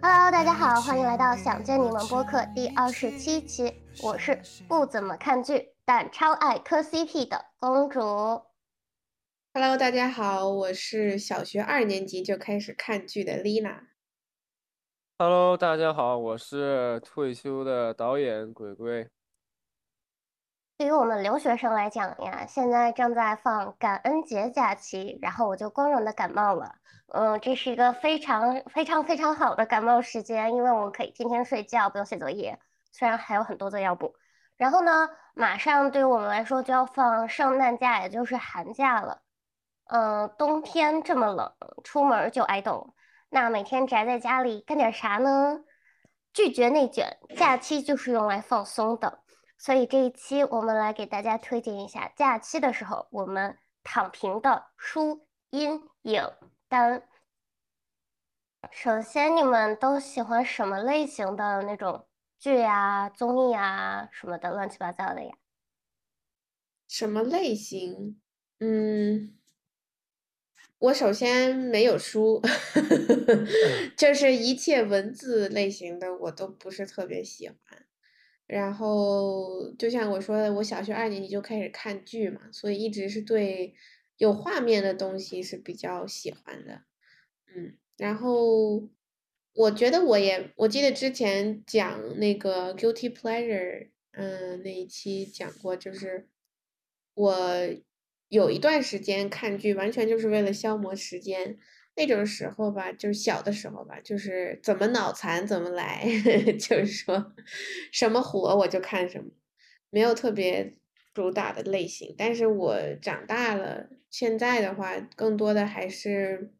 Hello，大家好，欢迎来到想见你们播客第27期，我是不怎么看剧但超爱磕 CP 的公主。 Hello，大家好，我是小学2年级就开始看剧的 Lina。 Hello，大家好，我是退休的导演鬼鬼。 对于我们留学生来讲呀，现在正在放感恩节假期，然后我就光荣的感冒了。这是一个非常非常非常好的感冒时间，因为我可以天天睡觉，不用写作业，虽然还有很多作业要补。然后呢，马上对于我们来说就要放圣诞假，也就是寒假了。冬天这么冷，出门儿就挨冻。那每天宅在家里干点啥呢？拒绝内卷，假期就是用来放松的。所以这一期我们来给大家推荐一下假期的时候我们躺平的书、音、影单。首先，你们都喜欢什么类型的那种剧呀、综艺啊什么的，乱七八糟的呀？ 什么类型？嗯，我首先没有书，就是一切文字类型的我都不是特别喜欢。然后就像我说的，我小学2年级就开始看剧嘛，所以一直是对有画面的东西是比较喜欢的。然后我觉得我记得之前讲那个 guilty pleasure，那一期讲过，就是我有一段时间看剧，完全就是为了消磨时间。那种时候吧，就是小的时候吧，就是怎么脑残怎么来，就是说什么火我就看什么，没有特别主打的类型。但是我长大了，现在的话，更多的还是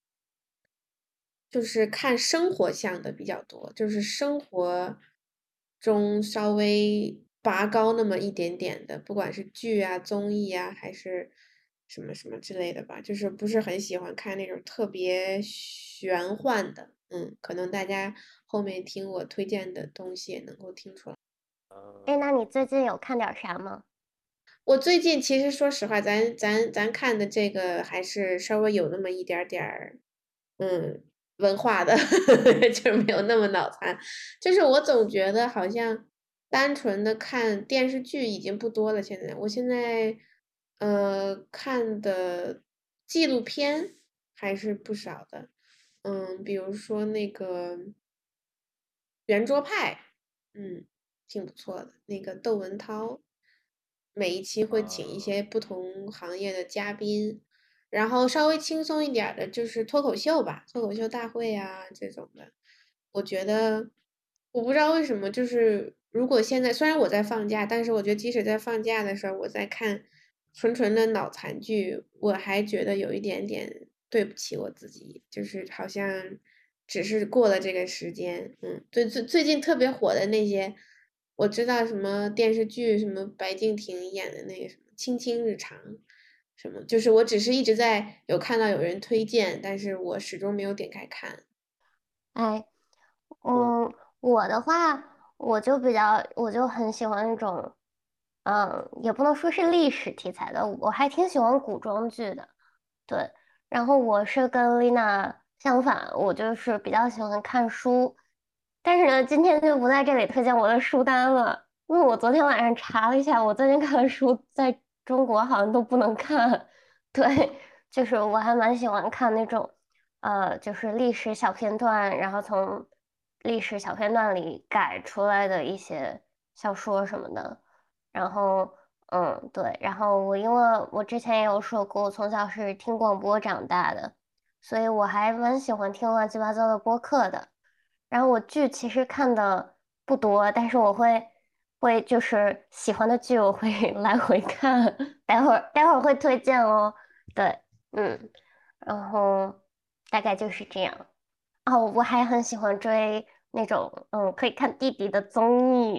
就是看生活向的比较多，就是生活中稍微拔高那么一点点的，不管是剧啊、综艺啊，还是什么什么之类的吧，就是不是很喜欢看那种特别玄幻的。可能大家后面听我推荐的东西也能够听出来。 哎，那你最近有看点啥吗？ 我最近其实说实话，咱看的这个还是稍微有那么一点儿点儿，文化的，就是没有那么脑残。就是我总觉得好像单纯的看电视剧已经不多了，我现在看的纪录片还是不少的。比如说那个圆桌派，挺不错的。那个窦文涛，每一期会请一啊， 些不同行业的嘉宾，然后稍微轻松一点儿的就是脱口秀吧，脱口秀大会啊这种的。我觉得，我不知道为什么，就是如果现在虽然我在放假，但是我觉得即使在放假的时候，我在看纯纯的脑残剧，我还觉得有一点点对不起我自己，就是好像只是过了这个时间。最近特别火的那些，我知道什么电视剧，什么白敬亭演的那个什么《卿卿日常》，什么，就是我只是一直在有看到有人推荐，但是我始终没有点开看。 哎， 我我的话，我就很喜欢那种，也不能说是历史题材的，我还挺喜欢古装剧的。对，然后我是跟丽娜相反，我就是比较喜欢看书，但是呢，今天就不在这里推荐我的书单了，因为我昨天晚上查了一下，我最近看的书在中国好像都不能看。对，就是我还蛮喜欢看那种。就是历史小片段，然后从历史小片段里改出来的一些小说什么的。然后，对，然后因为我之前也有说过，我从小是听广播长大的，所以我还蛮喜欢听乱七八糟的播客的。然后我剧其实看的不多，但是我会就是喜欢的剧我会来回看，待会儿会推荐哦。对，嗯。然后大概就是这样。哦，我还很喜欢追那种可以看弟弟的综艺，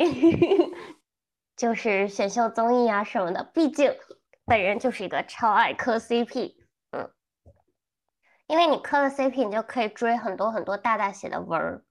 就是选秀综艺啊什么的。毕竟本人就是一个超爱磕 CP，嗯，因为你磕了 CP，你就可以追很多很多大大写的文儿。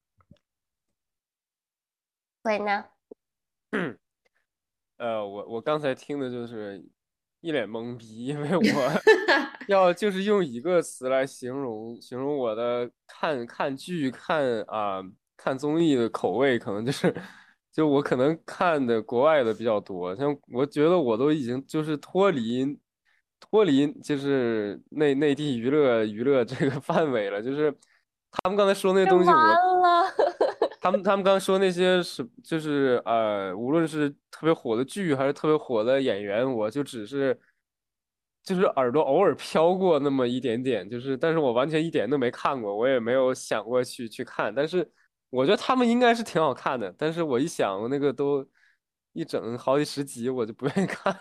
所以呢， 我刚才听的就是一脸懵逼，因为我要就是用一个词来形容我的看剧、看综艺的口味，可能就是就我可能看的国外的比较多，像我觉得我都已经就是脱离就是内地娱乐这个范围了，就是他们刚才说那些这东西我。 完了。 他们刚刚说那些是就是无论是特别火的剧还是特别火的演员，我就只是就是耳朵偶尔飘过那么一点点，就是但是我完全一点都没看过，我也没有想过去看，但是我觉得他们应该是挺好看的，但是我一想那个都一整好几十集，我就不愿意看。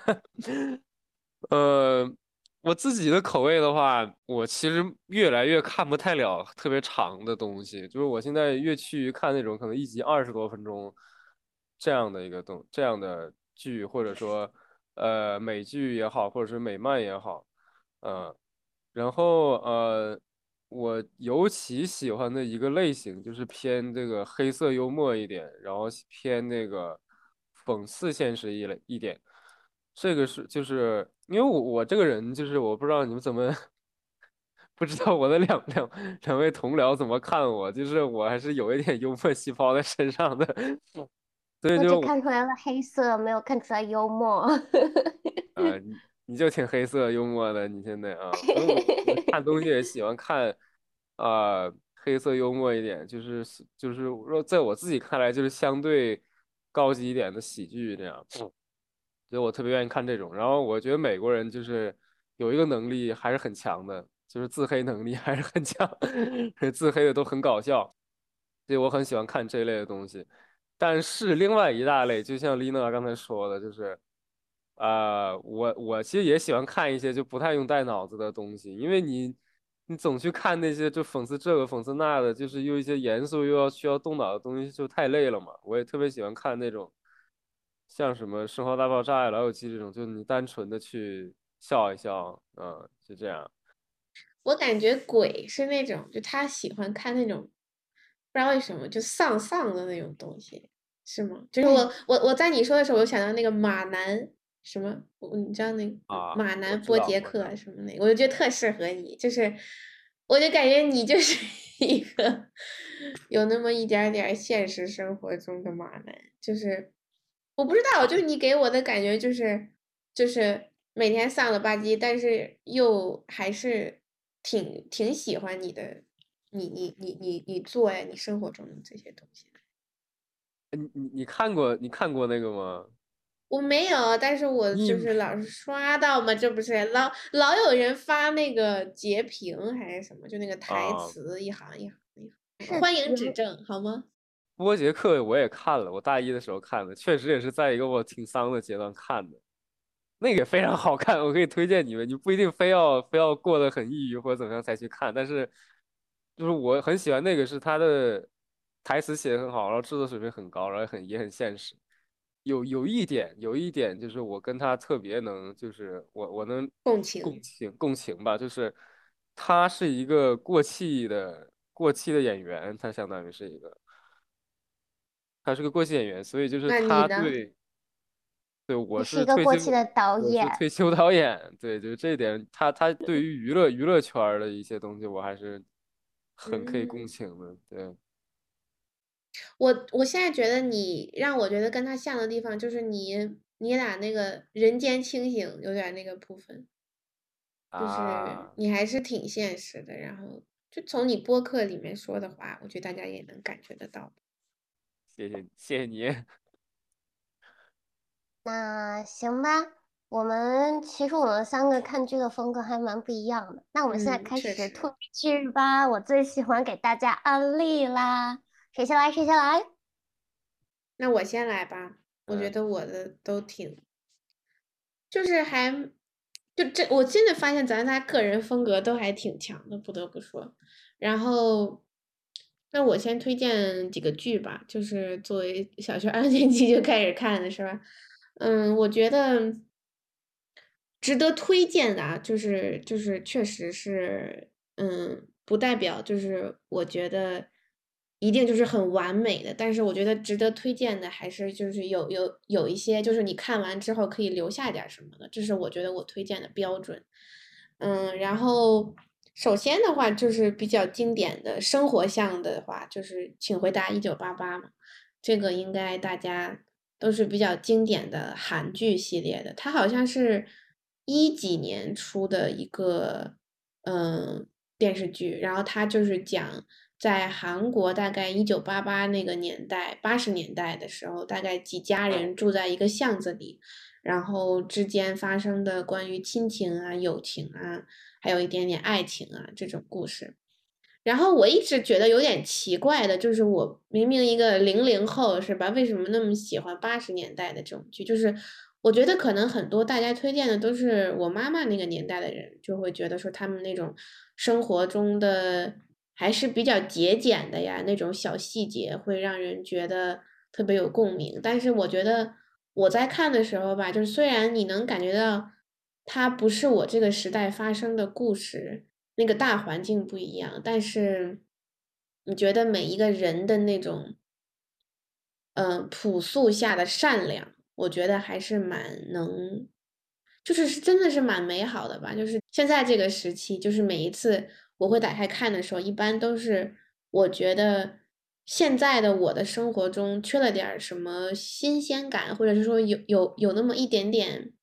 呃，我自己的口味的话，我其实越来越看不太了特别长的东西，就是我现在越趋于看那种可能一集20多分钟这样的剧，或者说美剧也好，或者是美漫也好，呃，然后我尤其喜欢的一个类型就是偏这个黑色幽默一点，然后偏那个讽刺现实一点。这个是就是因为我这个人就是我不知道你们怎么不知道我的两位同僚怎么看我，就是我还是有一点幽默细胞在身上的，所以我只就我看出来了黑色，没有看出来幽默。 你就挺黑色幽默的，你现在啊，所以我看东西也喜欢看黑色幽默一点，就是说在我自己看来就是相对高级一点的喜剧这样。所以我特别愿意看这种。然后我觉得美国人就是有一个能力还是很强的，就是自黑能力还是很强，自黑的都很搞笑，所以我很喜欢看这一类的东西。但是另外一大类，就像丽娜刚才说的，就是我其实也喜欢看一些就不太用带脑子的东西，因为你总去看那些就讽刺这个讽刺那的，就是又一些严肃又要需要动脑的东西，就太累了嘛。我也特别喜欢看那种像什么《生活大爆炸》呀、《老友记》这种，就是你单纯的去笑一笑，就这样我感觉鬼是那种，就他喜欢看那种，不知道为什么就丧丧的那种东西，是吗？就是我在你说的时候，我就想到那个马南什么，你知道那个啊。 马南我知道， 波杰我知道。 克什么那个，我就觉得特适合你，就是我就感觉你就是一个有那么一点儿点儿现实生活中的马南，就是我不知道，就是你给我的感觉就是每天丧了吧唧，但是又还是挺喜欢你的，你做呀，你生活中的这些东西的。 你看过那个吗？ 我没有，但是我就你是老是刷到嘛，这不是老有人发那个截屏还是什么，就那个台啊， 词一行一行一行， 是欢迎指有正好吗？ 波杰克我也看了，我大一的时候看的，确实也是在一个我挺丧的阶段看的。那个也非常好看，我可以推荐你们。你不一定非要过得很抑郁或者怎么样才去看，但是就是我很喜欢那个，是他的台词写得很好，然后制作水平很高，然后也很现实。有一点就是我跟他特别能，就是我能共共情。 情共情吧，就是他是一个过气的演员，他相当于是一个，他是个过气演员，所以就是那你呢？ 他对。对， 你是一个过气的导我是演。 退休导演，对，就是这一点，他对于娱乐圈儿的一些东西，我还是很可以共嗯。 情的，对我现在觉得你让我觉得跟他像的地方，就是你俩那个人间清醒有点那个部分，就是啊， 你还是挺现实的，然后就从你播客里面说的话，我觉得大家也能感觉得到。 谢谢你， 那行吧，其实我们三个看剧的风格还蛮不一样的。那我们现在嗯， 开始推确实。 剧吧，我最喜欢给大家安利啦。谁先来？谁先来？ 那我先来吧，我觉嗯得我的都挺，就是还，就这，我真的发现咱仨个人风格都还挺强的，不得不说。然后，那我先推荐几个剧吧，就是作为小学2年级就开始看的是吧？我觉得值得推荐的啊，就是确实是，不代表就是我觉得一定就是很完美的，但是我觉得值得推荐的还是就是有一些就是你看完之后可以留下点什么的，这是我觉得我推荐的标准。然后首先的话就是比较经典的生活向的话，就是《请回答1988》嘛，这个应该大家都是比较经典的韩剧系列的，它好像是几年出的一个电视剧，然后它就是讲在韩国大概1988那个年代80年代的时候，大概几家人住在一个巷子里。然后之间发生的关于亲情啊、友情啊，还有一点点爱情啊这种故事。然后我一直觉得有点奇怪的，就是我明明一个00后是吧，为什么那么喜欢80年代的这种剧？就是我觉得可能很多大家推荐的都是我妈妈那个年代的人，就会觉得说他们那种生活中的还是比较节俭的呀，那种小细节会让人觉得特别有共鸣。但是我觉得我在看的时候吧，就是虽然你能感觉到它不是我这个时代发生的故事。那个大环境不一样，但是你觉得每一个人的那种，朴素下的善良，我觉得还是蛮能，就是真的是蛮美好的吧。就是现在这个时期，就是每一次我会打开看的时候，一般都是我觉得现在的我的生活中缺了点儿什么新鲜感，或者是说有那么一点点。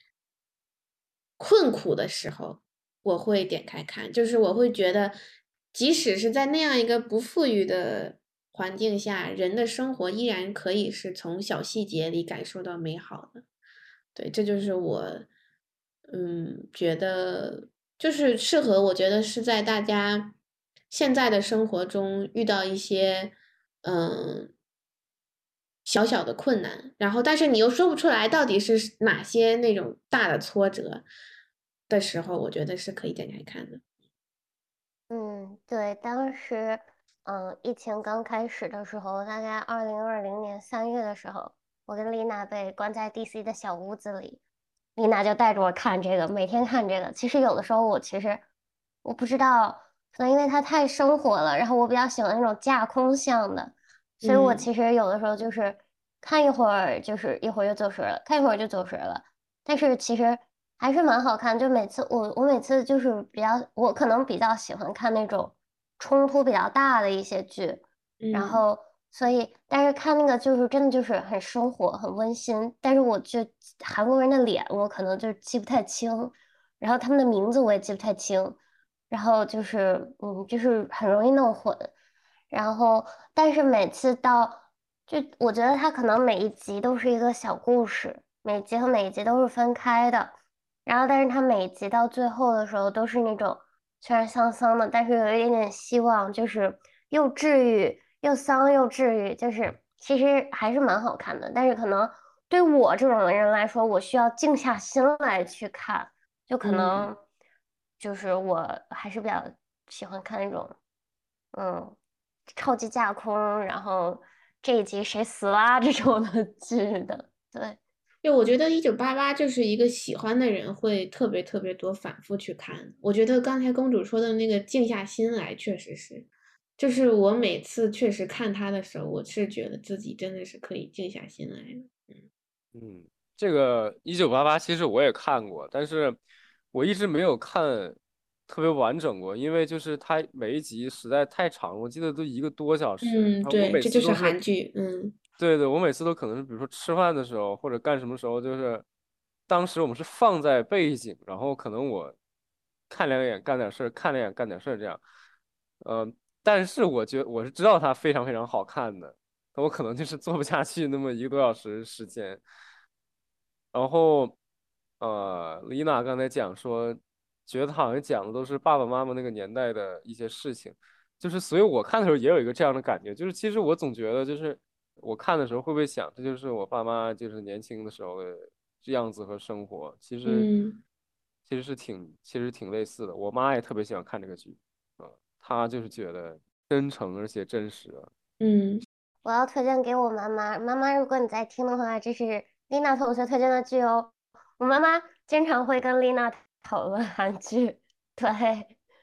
困苦的时候，我会点开看，就是我会觉得，即使是在那样一个不富裕的环境下，人的生活依然可以是从小细节里感受到美好的。对，这就是我，觉得就是适合，我觉得是在大家现在的生活中遇到一些，嗯，小小的困难，然后但是你又说不出来到底是哪些那种大的挫折的时候，我觉得是可以点开看的。 嗯，对，当时，疫情刚开始的时候，大概2020年3月的时候，我跟丽娜被关在 DC 的小屋子里，丽娜就带着我看这个，每天看这个。其实有的时候我不知道，可能因为它太生活了，然后我比较喜欢那种架空向的，所以我嗯其实有的时候就是看一会儿，就是一会儿就走神儿了，看一会儿就走神儿了。但是其实还是蛮好看。就每次我每次就是我可能比较喜欢看那种冲突比较大的一些剧，然嗯后所以但是看那个就是真的就是很生活很温馨，但是韩国人的脸我可能就记不太清，然后他们的名字我也记不太清，然后就是很容易弄混。然后但是每次我觉得它可能每一集都是一个小故事，每集和每一集都是分开的，然后但是它每一集到最后的时候都是那种虽然丧丧的，但是有一点点希望，就是又治愈又丧又治愈，就是其实还是蛮好看的。但是可能对我这种人来说，我需要静下心来去看，就可嗯。 能就是我还是比较喜欢看那种。嗯，超级架空，然后这一集谁死啦这种的剧的，对， 就我觉得1988就是一个喜欢的人会特别特别多反复去看。我觉得刚才公主说的那个静下心来，确实是，就是我每次确实看他的时候，我是觉得自己真的是可以静下心来的。 嗯，这个1988其实我也看过，但是我一直没有看特别完整过，因为就是它每一集实在太长了，我记得都1个多小时， 嗯， 然后我对， 每这就是次都是， 韩剧。 对对，我每次都可能是比如说吃饭的时候或者干什么时候，就是当时我们是放在背景，然后可能我看两眼干点事儿，看两眼干点事儿这样，但是我是知道它非常非常好看的。我可能就是做不下去那么1个多小时时间。然后，丽娜刚才讲说，觉得好像讲的都是爸爸妈妈那个年代的一些事情，就是所以我看的时候也有一个这样的感觉，就是其实我总觉得就是我看的时候会不会想，这就是我爸妈就是年轻的时候的样子和生活，其实嗯其实挺类似的。我妈也特别喜欢看这个剧，她就是觉得真诚而且真实啊。 嗯我要推荐给我妈妈。妈妈，如果你在听的话，这是丽娜同学推荐的剧哦。我妈妈经常会跟丽娜讨论韩剧，对，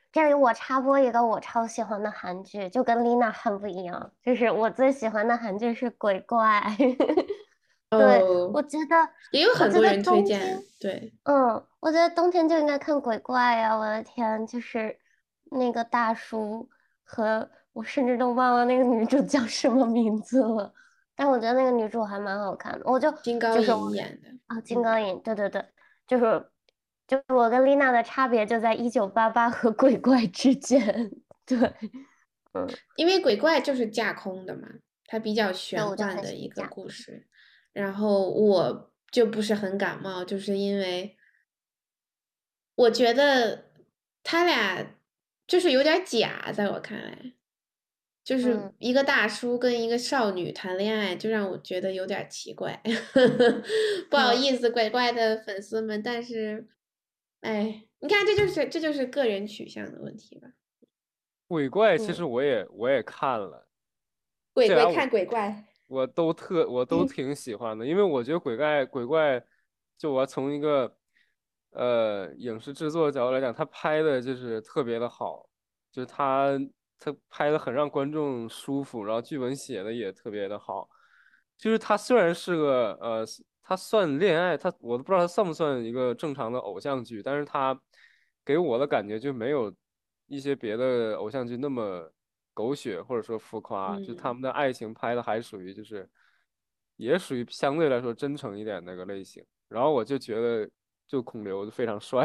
这里我插播一个我超喜欢的韩剧，就跟丽娜很不一样，就是我最喜欢的韩剧是《鬼怪》。对， 哦，也有我觉得很多人推冬天， 荐，对， 我觉得冬天就应该看鬼怪呀！我的天，就是那个大叔和我甚至都忘了那个女主叫什么名字了，但我觉得那个女主还蛮好看的。 金高就是我银演的， 金刚颖，对对对，就是就是我跟丽娜的差别就在1988和鬼怪之间。对，嗯， 因为鬼怪就是架空的嘛，它比较对， 玄我就很幻的一个喜欢讲。 故事，然后我就不是很感冒，就是因为我觉得他俩就是有点假，在我看来，就是嗯一个大叔跟一个少女谈恋爱，就让我觉得有点奇怪。不好嗯意思，鬼怪的粉丝们，但是，哎，你看，这就是个人取向的问题吧。 鬼怪其实嗯我也看了，这俩我鬼怪看鬼怪， 我都挺喜欢的，因为我觉得鬼怪，就我从一个影视制作角度来讲，他拍的就是特别的好，就是他拍的很让观众舒服，然后剧本写的也特别的好，就是他虽然是个他算恋爱，我都不知道他算不算一个正常的偶像剧，但是他给我的感觉就没有一些别的偶像剧那么狗血或者说浮夸，就他嗯们的爱情拍的还属于就是也属于相对来说真诚一点那个类型。然后我就觉得就孔刘就非常帅，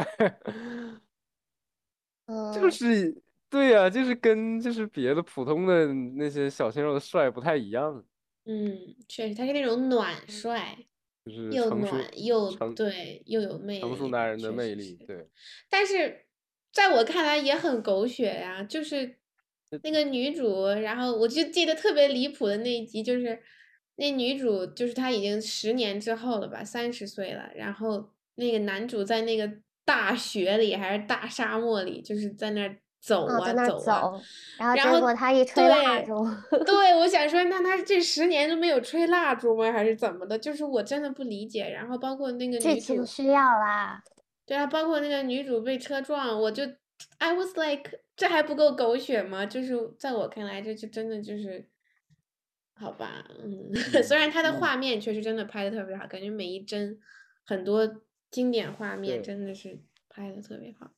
就嗯是对呀、就是跟就是别的普通的那些小鲜肉的帅不太一样， 嗯，确实，他是那种暖帅， 就是又暖又成对，又有魅力的， 成熟男人的确魅力， 实是。 对。 但是在我看来也很狗血呀，就是那个女主，然后我就记得特别离谱的那一集，就是那女主就是她已经10年之后了吧，30岁了，然后那个男主在那个大雪里还是大沙漠里，就是在那儿走啊在那儿走啊， 走，然后然后结果他一吹蜡对。 烛。 对，我想说，那他这10年都没有吹蜡烛吗？还是怎么的？就是我真的不理解。然后包括那个剧女主， 情需要啦。 对啊，包括那个女主被车撞，I was like，这还不够狗血吗？就是在我看来，这就真的就是，好吧，虽然嗯， 他的画面确实真的拍的特别好，感觉每一帧很多经典画面对， 真的是拍的特别好。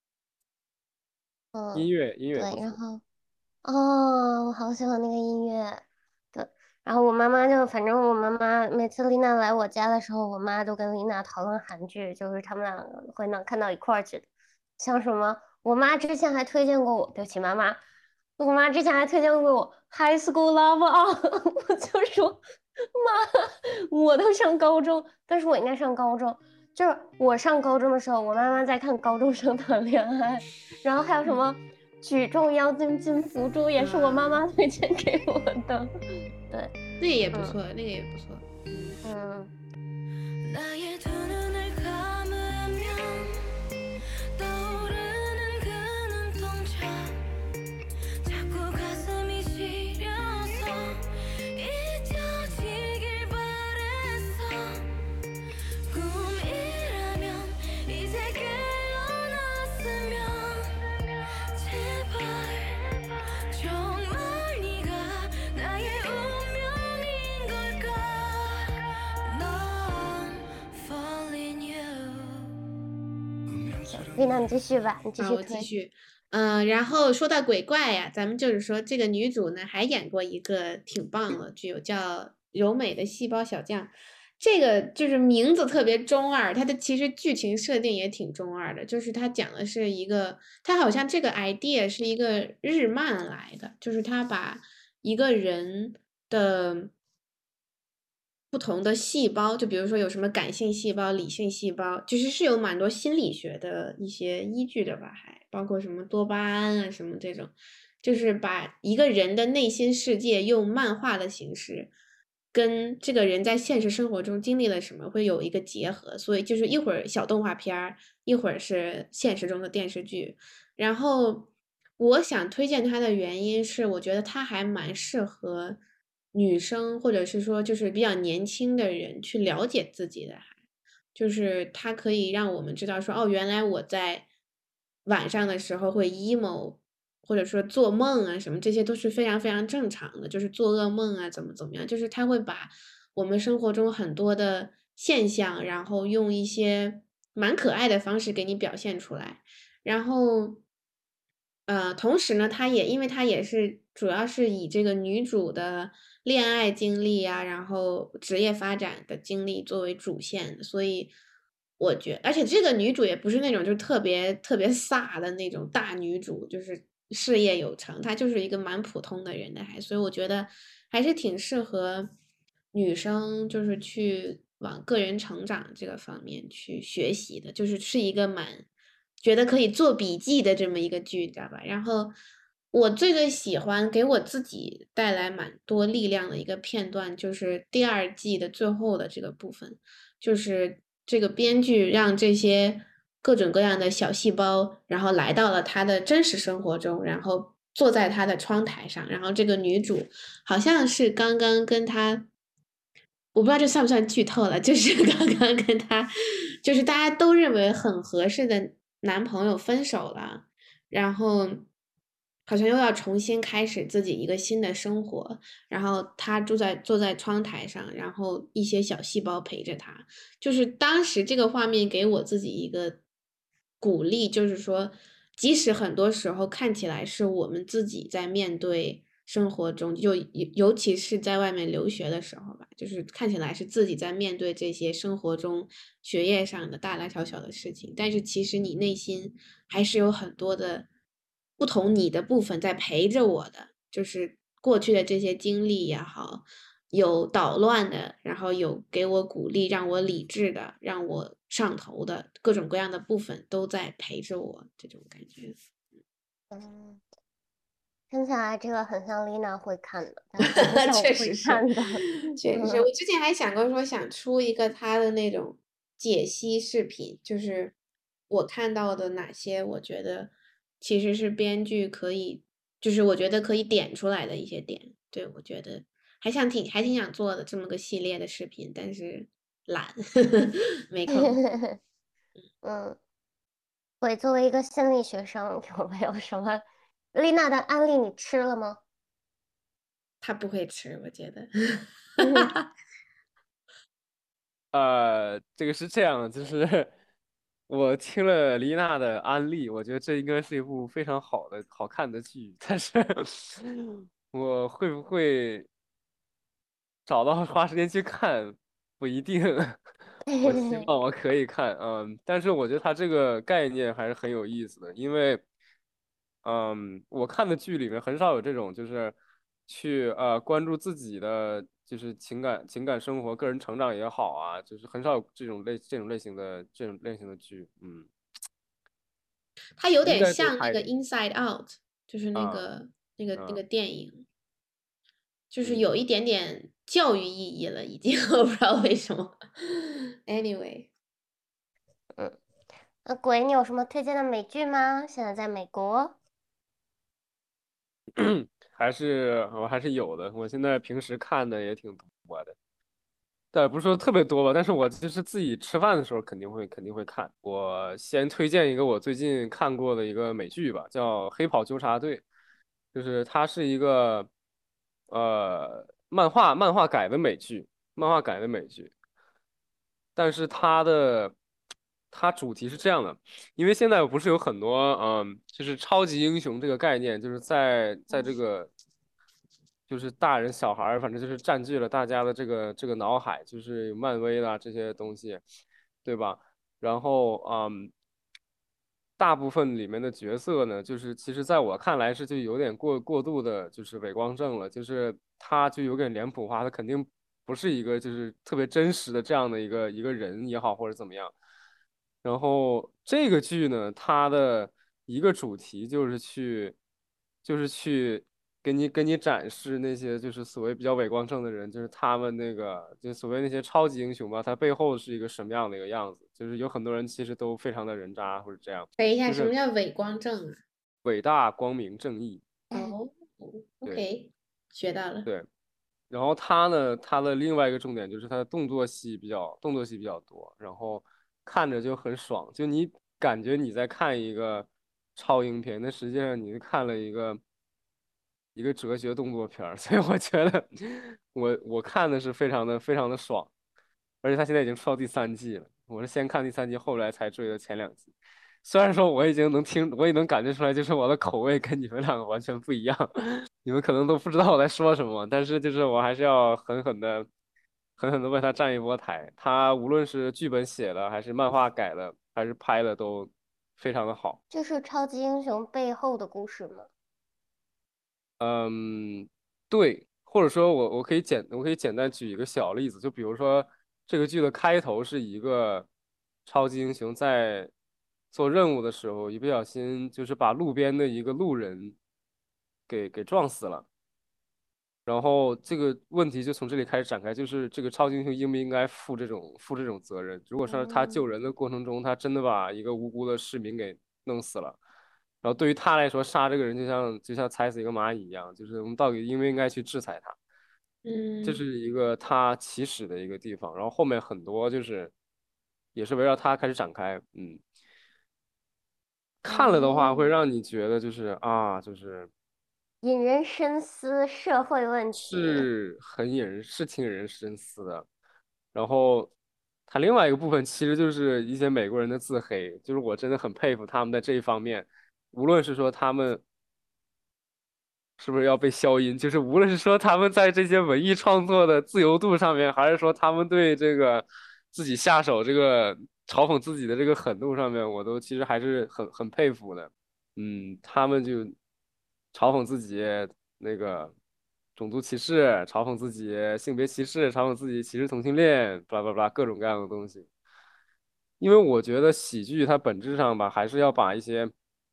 嗯， 音乐不对，然错。 后我好喜欢那个音乐。对，然后我妈妈就，反正我妈妈每次丽娜来我家的时候，我妈都跟丽娜讨论韩剧，就是他们两个会能看到一块儿去的。像什么，我妈之前还推荐过我，对不起妈妈，我妈之前还推荐过我《High School Love》啊，我就说妈，我都上高中，但是我应该上高中，就是我上高中的时候，我妈妈在看高中生谈恋爱。然后还有什么举重妖精金福珠，也是我妈妈推荐给我的。对， 那个也不嗯错，那个也不错。 嗯。 나의 두 눈을 감으면 떠오르는 그 눈동자 자꾸 가슴이 시려서 잊혀지길 바랬어 꿈이라면 이제 깨어났으면 제발 정말 네가 나의 운명인 걸까 넌 falling you 丽娜，你继续吧，你继好， 续推。 我继续。然后说到鬼怪呀，咱们就是说这个女主呢还演过一个挺棒的剧，叫《柔美的细胞小将》。这个就是名字特别中二，它的其实剧情设定也挺中二的，就是它讲的是一个，它好像这个 idea 是一个日漫来的，就是它把一个人的不同的细胞，就比如说有什么感性细胞、理性细胞，就是是有蛮多心理学的一些依据的吧，还包括什么多巴胺啊什么这种，就是把一个人的内心世界用漫画的形式，跟这个人在现实生活中经历了什么会有一个结合，所以就是一会儿小动画片儿，一会儿是现实中的电视剧，然后我想推荐它的原因是，我觉得它还蛮适合女生，或者是说就是比较年轻的人去了解自己的，就是它可以让我们知道说，哦，原来我在晚上的时候会 emo，或者说做梦啊什么，这些都是非常非常正常的，就是做噩梦啊怎么样，就是他会把我们生活中很多的现象，然后用一些蛮可爱的方式给你表现出来，然后。同时呢，因为它也是主要是以这个女主的恋爱经历啊，然后职业发展的经历作为主线的，所以而且这个女主也不是那种就特别特别飒的那种大女主，就是事业有成，她就是一个蛮普通的人的所以我觉得还是挺适合女生，就是去往个人成长这个方面去学习的，是一个觉得可以做笔记的这么一个剧，知道吧？然后我最喜欢给我自己带来蛮多力量的一个片段，就是第二季的最后的这个部分，就是这个编剧让这些各种各样的小细胞，然后来到了他的真实生活中，然后坐在他的窗台上，然后这个女主好像是刚刚跟他。我不知道这算不算剧透了，就是刚刚跟他，就是大家都认为很合适的男朋友分手了，然后好像又要重新开始自己一个新的生活，然后他坐在窗台上，然后一些小细胞陪着他，就是当时这个画面给我自己一个鼓励，就是说，即使很多时候看起来是我们自己在面对生活中，尤其是在外面留学的时候吧，就是看起来是自己在面对这些生活中学业上的大大小小的事情，但是其实你内心还是有很多的不同你的部分在陪着我的，就是过去的这些经历也好。有捣乱的，然后有给我鼓励，让我理智的，让我上头的各种各样的部分都在陪着我，这种感觉。 嗯，听起来这个很像丽娜会看的，但是不像我会确实是， 看的。 确实是。我之前还想过说想出一个他的那种解析视频，就是我看到的哪些我觉得其实是编剧可以，就是我觉得可以点出来的一些点。对，我觉得还挺想做的这么个系列的视频，但是懒，没空。 嗯，对，作为一个心理学生，有没有什么丽娜的安利你吃了吗？ 他不会吃，我觉得。 这个是这样的，就是我听了黎娜的安利，我觉得这应该是一部非常好看的剧，但是我会不会找到花时间去看，不一定。我希望我可以看，但是我觉得它这个概念还是很有意思的，因为，我看的剧里面很少有这种，就是去关注自己的就是情感生活、个人成长也好啊，就是很少有这种类型的剧， 它有点应该会像那个拍 《Inside Out》，就是啊那啊个电影，就是有嗯。 一点点教育意义了，已经，我不知道为什么。Anyway， 嗯，那鬼，你有什么推荐的美剧吗？现在在美国。 我还是有的，我现在平时看的也挺多的。但不是说特别多吧，但是我就是自己吃饭的时候肯定会看。我先推荐一个我最近看过的一个美剧吧，叫《黑袍纠察队》，就是它是一个漫画改的美剧，漫画改的美剧。但是它主题是这样的，因为现在不是有很多就是超级英雄这个概念，就是在这个就是大人小孩儿，反正就是占据了大家的这个脑海，就是有漫威啦这些东西，对吧？然后大部分里面的角色呢，就是其实在我看来是就有点过度的，就是伪光正了，就是他就有点脸谱化，他肯定不是一个就是特别真实的这样的一个人也好，或者怎么样。然后这个剧呢，它的一个主题就是去给你展示那些就是所谓比较伪光正的人，就是他们那个就所谓那些超级英雄吧，他背后是一个什么样的一个样子，就是有很多人其实都非常的人渣或者这样， 等一下， 就是什么叫伪光正啊？ 伟大光明正义， 哦对 ，OK，学到了。 对。然后他呢，他的另外一个重点就是他的动作戏比较多，然后看着就很爽，就你感觉你在看一个超英片，那实际上你是看了一个哲学动作片儿，所以我觉得我看的是非常的爽，而且他现在已经出到第三季了，我是先看第三季，后来才追的前2季。虽然说我已经能听，我也能感觉出来，就是我的口味跟你们两个完全不一样，你们可能都不知道我在说什么，但是就是我还是要狠狠的为他站一波台。他无论是剧本写的，还是漫画改的，还是拍的，都非常的好。 这是超级英雄背后的故事吗？ 嗯，对，或者说我可以简单举一个小例子，就比如说这个剧的开头是一个超级英雄在做任务的时候，一不小心就是把路边的一个路人给撞死了。然后这个问题就从这里开始展开，就是这个超级英雄应不应该负这种责任？如果说他救嗯， 人的过程中，他真的把一个无辜的市民给弄死了，然后对于他来说，杀这个人就像踩死一个蚂蚁一样，就是我们到底应不应该去制裁他？这嗯是一个他起始的一个地方，然后后面很多就是也是围绕他开始展开，看了的话会哦， 让你觉得就是啊，就是引人深思社会问题。 是挺引人深思的。然后它另外一个部分其实就是一些美国人的自黑，就是我真的很佩服他们在这一方面，无论是说他们是不是要被消音，就是无论是说他们在这些文艺创作的自由度上面，还是说他们对这个自己下手这个嘲讽自己的这个狠度上面，我都其实还是很佩服的。他们就嘲讽自己那个种族歧视，嘲讽自己性别歧视，嘲讽自己歧视同性恋，巴拉巴拉各种各样的东西。因为我觉得喜剧它本质上吧，还是要把一些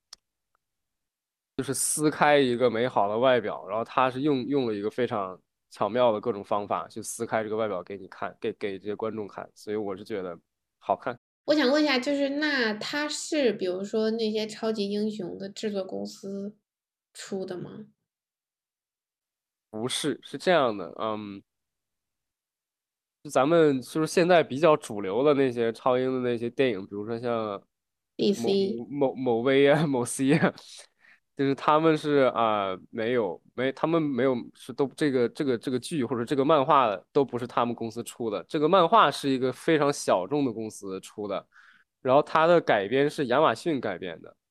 就是撕开一个美好的外表，然后它是用了一个非常巧妙的各种方法去撕开这个外表给你看，给这些观众看，所以我是觉得好看。 我想问一下，就是那他是比如说那些超级英雄的制作公司出的吗？ 不是，是这样的，就咱们就是现在比较主流的那些超英的那些电影，比如说像某 DC， 某 V 啊、某 C 啊，就是他们是他们没有是都这个剧或者这个漫画都不是他们公司出的，这个漫画是一个非常小众的公司出的，然后它的改编是亚马逊改编的。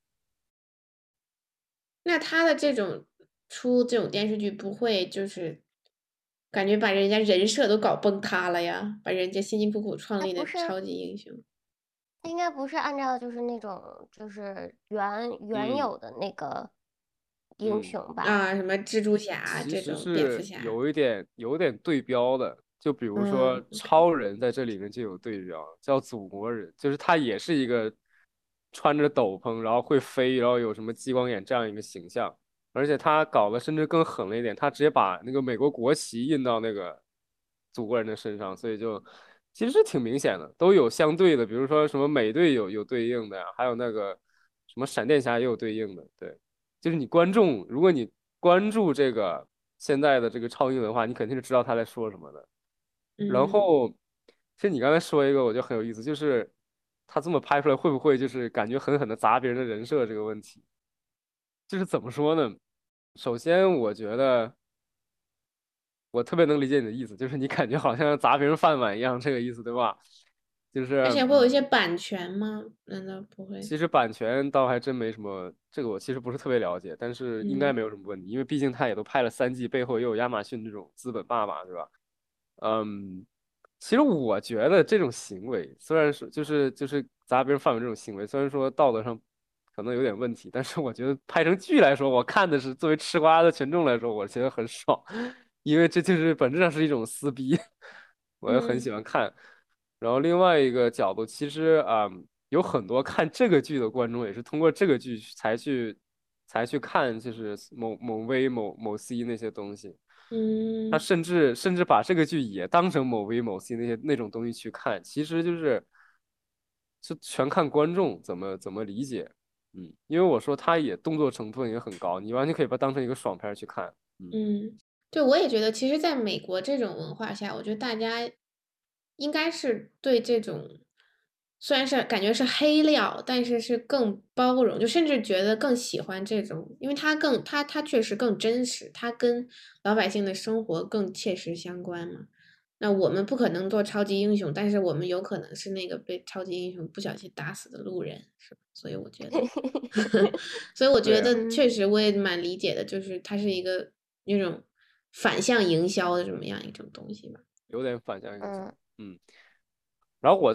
那他的出这种电视剧不会就是感觉把人家人设都搞崩塌了呀？把人家辛辛苦苦创它立不是， 的超级英雄， 它应该不是按照就是那种就是原嗯有的那个英嗯。 雄吧？ 啊，什么蜘蛛侠其实这种，蝙蝠是侠， 有点对标的，就比如说嗯，OK， 超人在这里面就有对标，叫祖国人，就是他也是一个穿着斗篷，然后会飞，然后有什么激光眼这样一个形象，而且他搞得甚至更狠了一点，他直接把那个美国国旗印到那个祖国人的身上，所以就其实挺明显的，都有相对的，比如说什么美队有对应的呀，还有那个什么闪电侠也有对应的，对。就是你观众，如果你关注这个现在的这个超英文化，你肯定是知道他在说什么的。然嗯。 后，其实你刚才说一个，我觉得很有意思，就是他这么拍出来，会不会就是感觉狠狠的砸别人的人设这个问题？就是怎么说呢？首先，我觉得我特别能理解你的意思，就是你感觉好像砸别人饭碗一样，这个意思对吧？就是而且会有一些版权吗？难道不会？ 其实版权倒还真没什么，这个我其实不是特别了解，但是应该嗯没有什么问题，因为毕竟他也都拍了3季，背后也有亚马逊这种资本爸爸，对吧？嗯，其实我觉得这种行为虽然是就是砸别人饭碗这种行为，虽然说道德上可能有点问题，但是我觉得拍成剧来说，我看的是作为吃瓜的群众来说，我觉得很爽，因为这就是本质上是一种撕逼，我也很喜嗯欢看。然后另外一个角度，其实有很多看这个剧的观众也是通过这个剧才去看，就是某 V 某 C 那些东西。他嗯甚至把这个剧也当成某 V 某 C 那种东西去看，其实就全看观众怎么理解。因为我说他也动作成分也很高，你完全可以把它当成一个爽片去看。 嗯，对，我也觉得，其实在美国这种文化下，我觉得大家应该是对这种虽然是感觉是黑料，但是是更包容，就甚至觉得更喜欢这种，因为它确实更真实，它跟老百姓的生活更切实相关嘛。那我们不可能做超级英雄，但是我们有可能是那个被超级英雄不小心打死的路人，是吧？所以我觉得，所以我觉对啊， 得确嗯实我也蛮理解的，就是它是一个那种反向营销的这么样一种东西吧。 有点反向营销。 嗯， 嗯，然后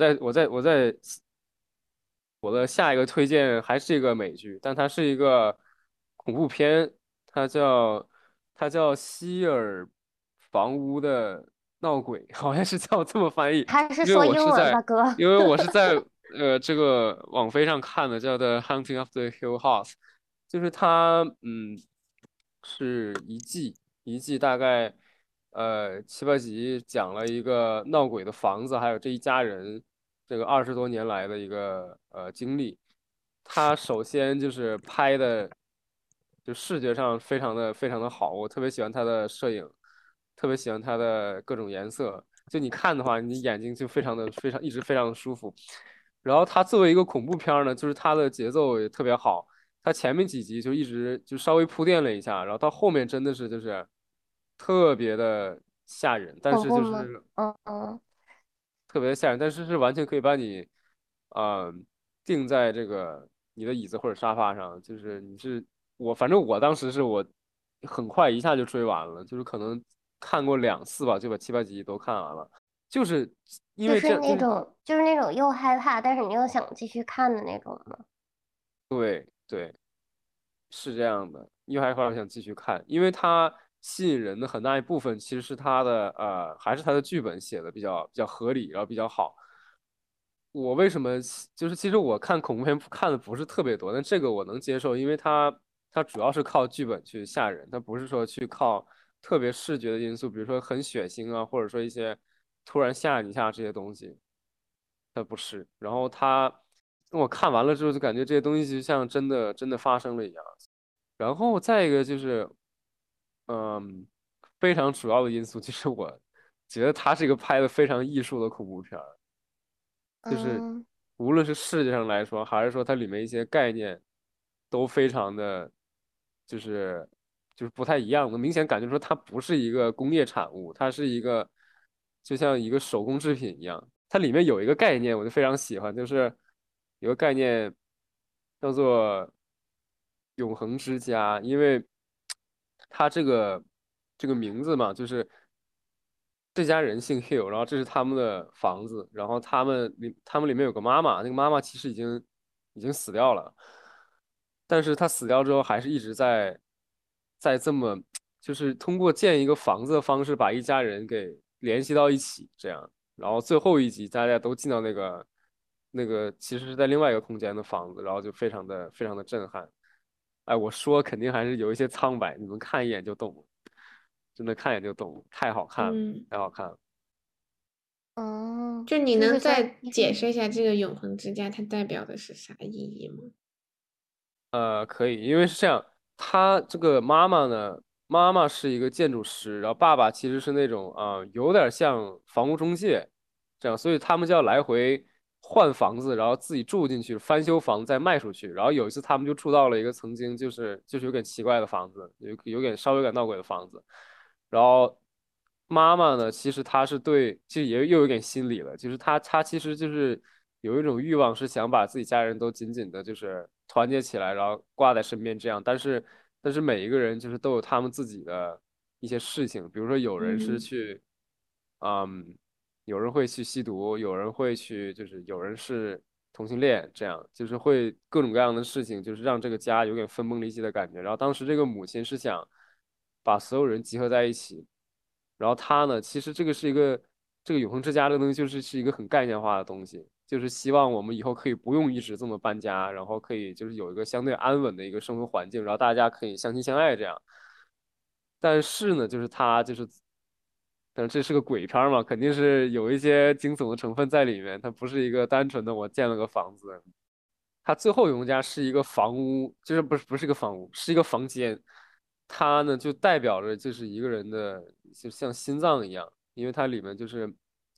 我的下一个推荐还是一个美剧，但它是一个恐怖片，它叫希尔房屋的闹鬼，好像是叫这么翻译， 还是说英文吧，哥。 因为我是在这个网飞上看的，叫《The Haunting of the Hill House》，就是它是一季大概七八集，讲了一个闹鬼的房子，还有这一家人这个20多年来的一个经历。他首先就是拍的，就视觉上非常的好，我特别喜欢他的摄影，特别喜欢他的各种颜色。就你看的话，你眼睛就一直非常的舒服。然后它作为一个恐怖片儿呢，就是它的节奏也特别好。它前面几集就一直就稍微铺垫了一下，然后到后面真的是就是特别的吓人，但是恐怖吗？ 就是嗯嗯， 特别吓人，但是是完全可以把你，呃，定在这个你的椅子或者沙发上，就是反正我当时是我很快一下就追完了，就是可能看过2次吧，就把七八集都看完了，就是因就是为这样， 就是那种又害怕，但是你又想继续看的那种吗？ 对，是这样的，因为还想继续看，因为它吸引人的很大一部分其实是它的还是它的剧本写的比较合理，然后比较好。我为什么就是其实我看恐怖片看的不是特别多，但这个我能接受，因为它主要是靠剧本去吓人，它不是说去靠特别视觉的因素，比如说很血腥啊，或者说一些突然吓你一下这些东西，它不是。然后我看完了之后就感觉这些东西就像真的发生了一样。然后再一个就是，嗯，非常主要的因素就是我觉得它是一个拍的非常艺术的恐怖片儿。就是嗯无论是视觉上来说，还是说它里面一些概念，都非常的，就是不太一样。我明显感觉说它不是一个工业产物，它是一个就像一个手工制品一样。它里面有一个概念，我就非常喜欢，就是有个概念叫做永恒之家，因为它这个名字嘛，就是这家人姓 Hill，然后这是他们的房子，然后他们里面有个妈妈，那个妈妈其实已经死掉了，但是她死掉之后还是一直在这么就是通过建一个房子的方式把一家人给联系到一起，这样，然后最后一集大家都进到那个其实是在另外一个空间的房子，然后就非常的震撼。哎，我说肯定还是有一些苍白，你们看一眼就懂了，真的看一眼就懂了，太好看了， 嗯。 太好看了。 嗯， 就你就是说， 能再解释一下这个永恒之家它代表的是啥意义吗？ 可以，因为是这样，他这个妈妈呢，妈妈是一个建筑师，然后爸爸其实是那种有点像房屋中介这样，所以他们就要来回换房子，然后自己住进去，翻修房再卖出去。然后有一次他们就住到了一个曾经就是有点奇怪的房子，稍微有点闹鬼的房子。然后妈妈呢，其实她是对，其实也又有点心理了，就是她其实就是有一种欲望，是想把自己家人都紧紧的，就是团结起来，然后挂在身边这样。但是每一个人就是都有他们自己的一些事情，比如说有人是嗯去，嗯，有人会去吸毒，有人会去，就是有人是同性恋，这样就是会各种各样的事情，就是让这个家有点分崩离析的感觉。然后当时这个母亲是想把所有人集合在一起。然后他呢，其实这个是一个这个永恒之家这个东西，是一个很概念化的东西，就是希望我们以后可以不用一直这么搬家，然后可以就是有一个相对安稳的一个生活环境，然后大家可以相亲相爱这样。但是呢，就是他就是，但这是个鬼片儿嘛，肯定是有一些惊悚的成分在里面，它不是一个单纯的我建了个房子。它最后永恒家是一个房屋，就是不是一个房屋，是一个房间。它呢就代表着就是一个人的，就像心脏一样，因为它里面就是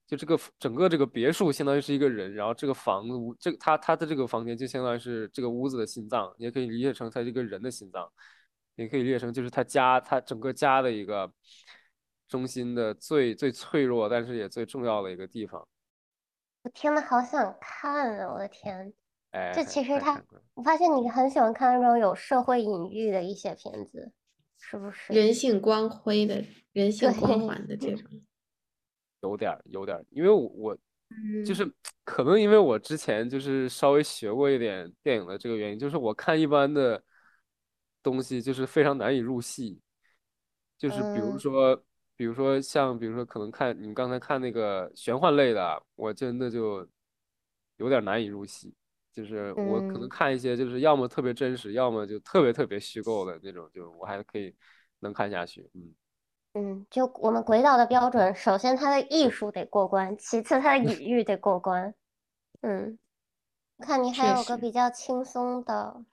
就这个整个这个别墅相当于是一个人，然后这个房屋，他的这个房间就相当于是这个屋子的心脏，也可以理解成他这个人的心脏，也可以理解成就是他整个家的一个中心的最脆弱，但是也最重要的一个地方。 我听了好想看啊！我的天， 哎， 这其实太看过了。 我发现你很喜欢看那种有社会隐喻的一些片子，是不是？ 人性光辉的、人性光对， 环的这种。 有点儿，因为我就嗯是可能因为我之前就是稍微学过一点电影的这个原因，就是我看一般的东西就是非常难以入戏，就是嗯比如说像比如说可能看你们刚才看那个玄幻类的，我真的就有点难以入戏，就是我可能嗯看一些就是要么特别真实，要么就特别虚构的那种，就我还可以能看下去，嗯。 嗯，就我们鬼岛的标准，首先它的艺术得过关，其次它的隐喻得过关。嗯，看你还确实。 有个比较轻松的，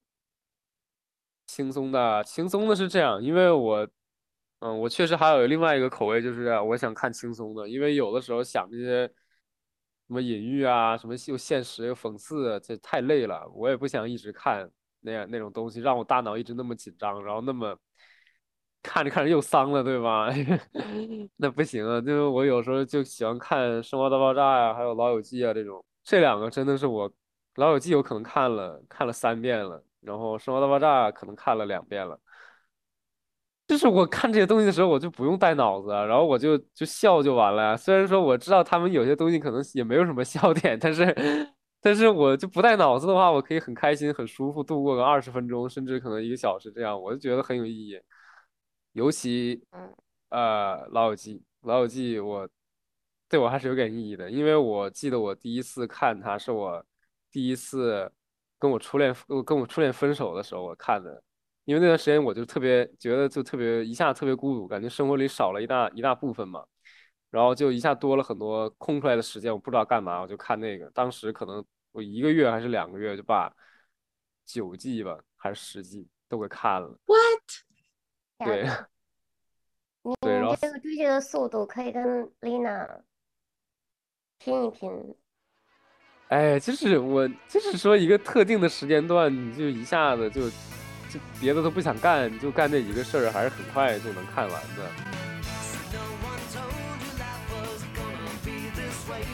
轻松的是这样，因为我确实还有另外一个口味，就是我想看轻松的，因为有的时候想这些什么隐喻啊，什么又现实又讽刺，这太累了，我也不想一直看那种东西，让我大脑一直那么紧张，然后那么看着看着又丧了，对吧？那不行啊，就是我有时候就喜欢看《生活大爆炸》呀，还有《老友记》啊这种，这两个真的是《老友记》有可能看了3遍了，然后《生活大爆炸》可能看了2遍了。就是我看这些东西的时候，我就不用带脑子啊，然后我就笑就完了呀。虽然说我知道他们有些东西可能也没有什么笑点，但是我就不带脑子的话，我可以很开心、很舒服度过个20分钟，甚至可能1个小时这样，我就觉得很有意义。尤其嗯老友记》，《老友记》对我还是有点意义的，因为我记得我第一次看它是我第一次跟我初恋分手的时候我看的。因为那段时间我就特别觉得就特别一下特别孤独，感觉生活里少了一大部分嘛，然后就一下多了很多空出来的时间，我不知道干嘛，我就看那个。当时可能我1个月还是2个月就把9季吧还是10季都给看了。 What？ 对天呐， 对，然后你这个追剧的速度可以跟 Lina 拼一拼。 哎，就是我就是说一个特定的时间段，你就一下子就别的都不想干，就干那几个事儿，还是很快就能看完的。 No one told you life was gonna be this way.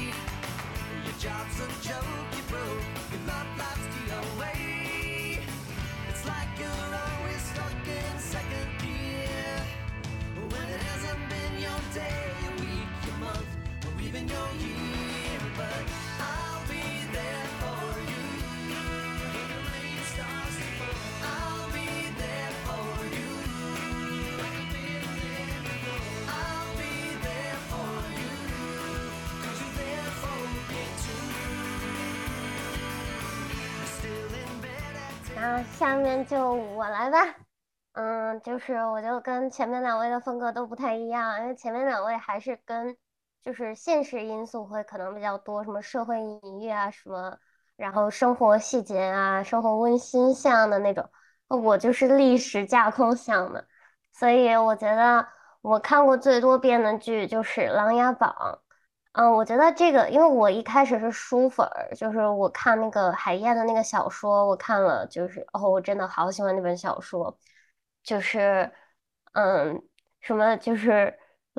Your job's a joke you broke, your love life's the away. It's like you're always stuck in second gear. When it hasn't been your day, your week, your month, or even your year. But I'll be there for you. When the rain starts to fall, I'll be there for you. Like I've been there before. I'll be there for you. 'Cause you're there for me too. You're still in bed at 那下面就我来吧。就是我就跟前面2位的风格都不太一样，因为前面2位还是跟就是现实因素会可能比较多，什么社会隐喻啊，什么然后生活细节啊，生活温馨向的那种，我就是历史架空向的，所以我觉得我看过最多遍的剧就是《琅琊榜》。我觉得这个，因为我一开始是书粉儿，就是我看那个海燕的那个小说，我看了，就是我真的好喜欢那本小说，就是嗯，什么就是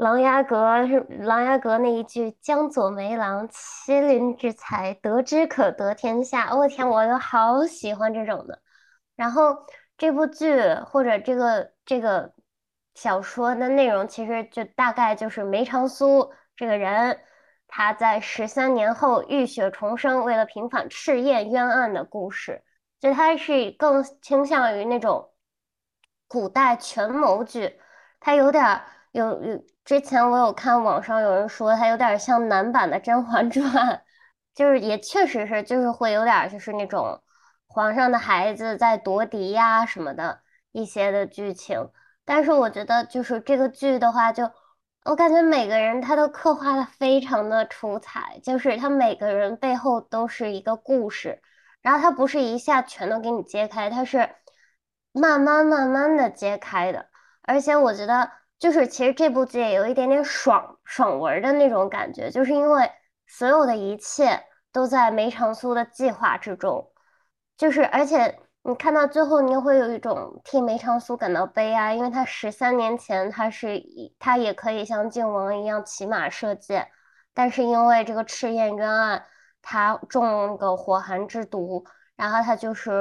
琅琊阁那一句“江左梅郎麒麟之才，得之可得天下”，我天，我就好喜欢这种的。然后这部剧或者这个小说的内容，其实就大概就是梅长苏这个人，他在13年后浴血重生，为了平反赤焰冤案的故事。就它是更倾向于那种古代权谋剧，它有点儿之前我有看网上有人说它有点儿像男版的《甄嬛传》，就是也确实是就是会有点儿就是那种皇上的孩子在夺嫡呀什么的一些的剧情，但是我觉得就是这个剧的话就。我感觉每个人他都刻画的非常的出彩，就是他每个人背后都是一个故事，然后它不是一下全都给你揭开，它是慢慢的揭开的。而且我觉得就是其实这部剧也有一点点爽文儿的那种感觉，就是因为所有的一切都在梅长苏的计划之中，就是而且你看到最后，你也会有一种替梅长苏感到悲哀，因为他13年前他也可以像靖王一样骑马射箭，但是因为这个赤焰冤案，他中了那个火寒之毒。然后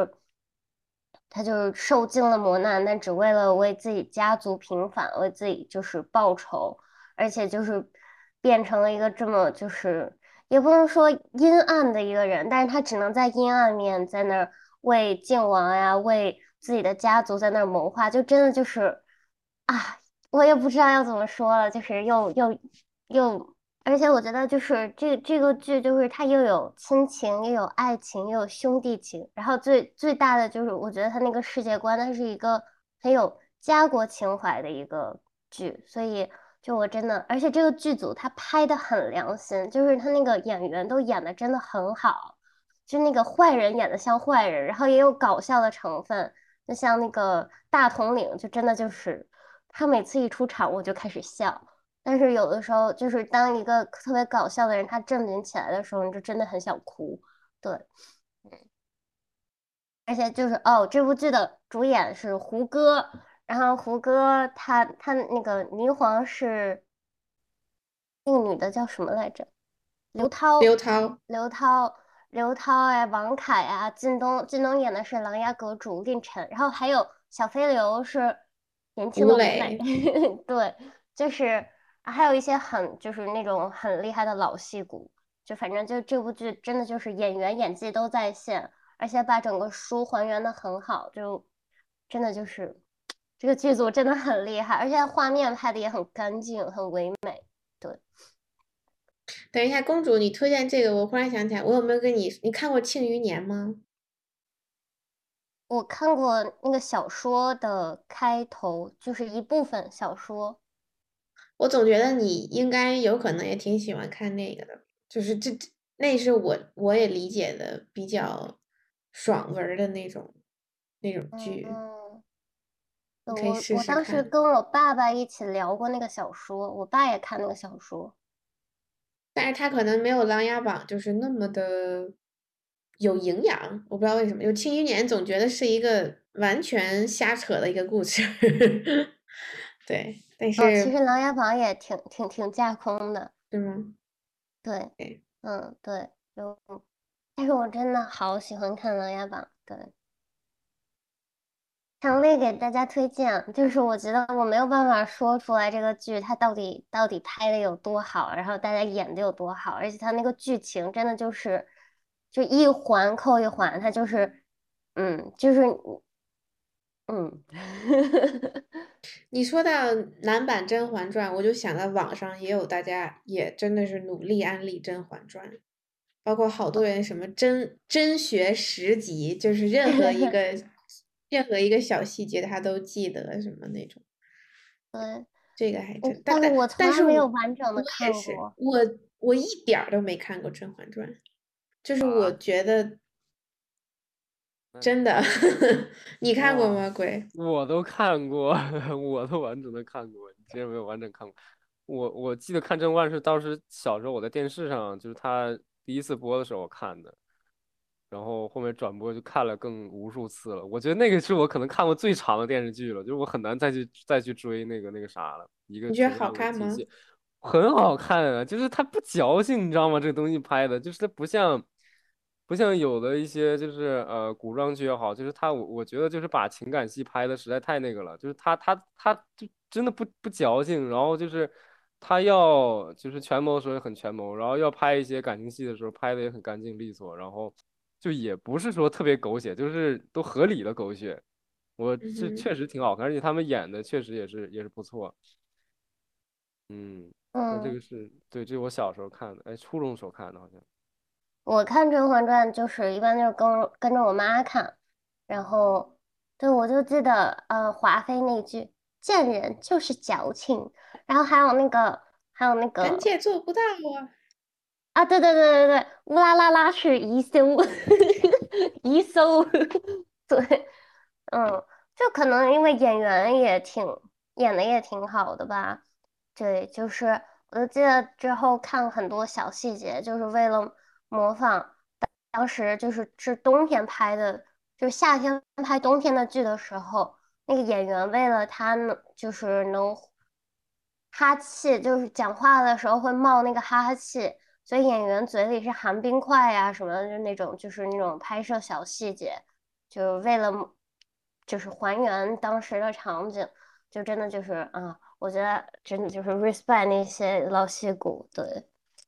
他就是受尽了磨难，但只为了为自己家族平反，为自己就是报仇，而且就是变成了一个这么就是也不能说阴暗的一个人，但是他只能在阴暗面在那儿为靖王呀，为自己的家族在那儿谋划，就真的就是啊，我也不知道要怎么说了，就是又而且我觉得就是这个剧，就是它又有亲情，又有爱情，又有兄弟情，然后最大的就是我觉得它那个世界观，它是一个很有家国情怀的一个剧，所以就我真的，而且这个剧组他拍的很良心，就是他那个演员都演的真的很好，就那个坏人演的像坏人，然后也有搞笑的成分，就像那个大统领，就真的就是他每次一出场我就开始笑。但是有的时候，就是当一个特别搞笑的人他正经起来的时候，你就真的很想哭。对，而且就是哦，这部剧的主演是胡歌，然后胡歌他那个霓凰是那个女的叫什么来着？刘涛， 刘涛、 刘涛，刘涛哎，王凯啊，靳东演的是琅琊阁主令晨，然后还有小飞流是年轻吴的吴磊， 磊， 对，就是还有一些就是那种很厉害的老戏骨，就反正就这部剧真的就是演员演技都在线，而且把整个书还原的很好，就真的就是这个剧组真的很厉害，而且画面拍的也很干净，很唯美，对。 等一下，公主，你推荐这个，我忽然想起来，我有没有跟你看过《庆余年》吗？ 我看过那个小说的开头，就是一部分小说。 我总觉得你应该有可能也挺喜欢看那个的，就是那是我也理解的比较爽文儿的那种剧， 嗯， 你可以试我当时试看。 跟我爸爸一起聊过那个小说，我爸也看那个小说。 但是它可能没有《琅琊榜》就是那么的有营养，我不知道为什么。有《庆余年》总觉得是一个完全瞎扯的一个故事，对，但哦，其实是 《琅琊榜》也挺架空的。 是吗？ 对， 对， 对，但是我真的好喜欢看《琅琊榜》，对。强烈给大家推荐，就是我觉得我没有办法说出来这个剧它到底拍的有多好，然后大家演的有多好，而且它那个剧情真的就是就一环扣一环，它就是就是嗯你说到男版《甄嬛传》，我就想到网上也有大家也真的是努力安利《甄嬛传》，包括好多人什么真学10集，就是任何一个小细节他都记得什么那种。 对， 这个还真，但但是但我从来但是我没有完整的也是， 看过。 我一点儿都没看过《甄嬛传》，就是我啊， 觉得那真的，你看过哇， 吗？鬼？ 我都看过，我都完整的看过，你竟然没有完整看过。我记得看《甄嬛》是当时小时候我在电视上，就是他第一次播的时候我看的，然后后面转播就看了更无数次了。我觉得那个是我可能看过最长的电视剧了，就是我很难再去追那个啥了。一个你觉得同好看吗？ 样的题材，很好看啊，就是它不矫情，你知道吗？这个东西拍的，就是它不像有的一些就是古装剧也好，就是我觉得就是把情感戏拍的实在太那个了，就是他就真的不矫情，然后就是他要就是权谋的时候也很权谋，然后要拍一些感情戏的时候拍的也很干净利索，然后就也不是说特别狗血，就是都合理的狗血，我是嗯哼。 确实挺好看，而且他们演的确实也是不错，嗯，但这嗯， 个是对，这是我小时候看的，哎，初中时候看的好像。 我看《甄嬛传》就是一般就是跟着我妈看，然后对我就记得华妃那句“贱人就是矫情”，然后还有那个臣妾做不到啊！ 啊，对，乌拉拉拉是宜修，宜修，对，就可能因为演员也演的也挺好的吧？对，就是我就记得之后看很多小细节，就是为了模仿当时是冬天拍的，就是夏天拍冬天的剧的时候，那个演员为了他能哈气，就是讲话的时候会冒那个哈气，所以演员嘴里是含冰块呀、什么的，就那种就是那种拍摄小细节，就是为了就是还原当时的场景，就真的就是我觉得真的就是 respect 那些老戏骨，对。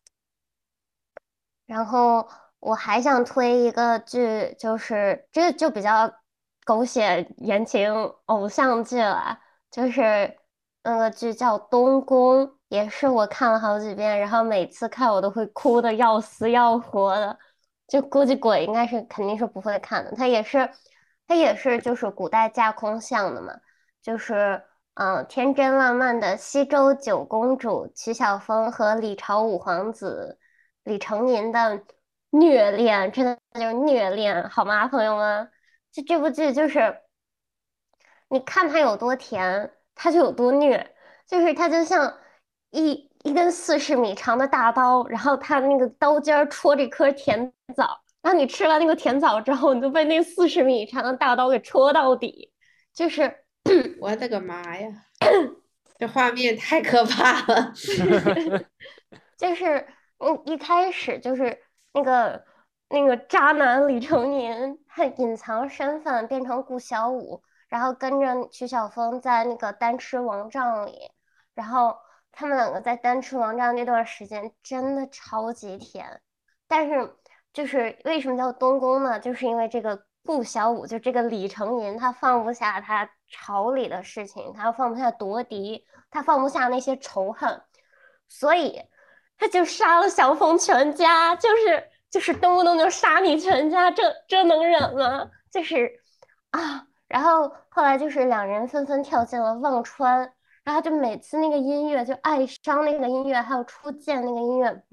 然后我还想推一个剧，就是这个就比较狗血言情偶像剧了，就是那个剧叫《东宫》，也是我看了好几遍，然后每次看我都会哭的要死要活的，就估计鬼应该是肯定是不会看的。它也是就是古代架空像的嘛，就是天真烂漫的西周九公主曲晓峰和李朝五皇子。李成林的虐恋，真的就是虐恋，好吗，朋友们？就这部剧，就是你看它有多甜，它就有多虐，就是它就像一根40米长的大刀，然后它那个刀尖儿戳这颗甜枣，然后你吃完那个甜枣之后，你就被那40米长的大刀给戳到底，就是我的个妈呀，这画面太可怕了。 就是一开始就是那个渣男李成年，他隐藏身份变成顾小五，然后跟着曲晓峰在那个单吃王帐里，然后他们两个在单吃王帐那段时间真的超级甜，但是就是为什么叫东宫呢？就是因为这个顾小五，就这个李成年，他放不下他朝里的事情，他放不下夺嫡，他放不下那些仇恨，所以他就杀了小凤全家，就是动不动就杀你全家，这能忍吗？就是然后后来就是两人纷纷跳进了忘川，然后就每次那个音乐就哀伤那个音乐，还有初见那个音乐，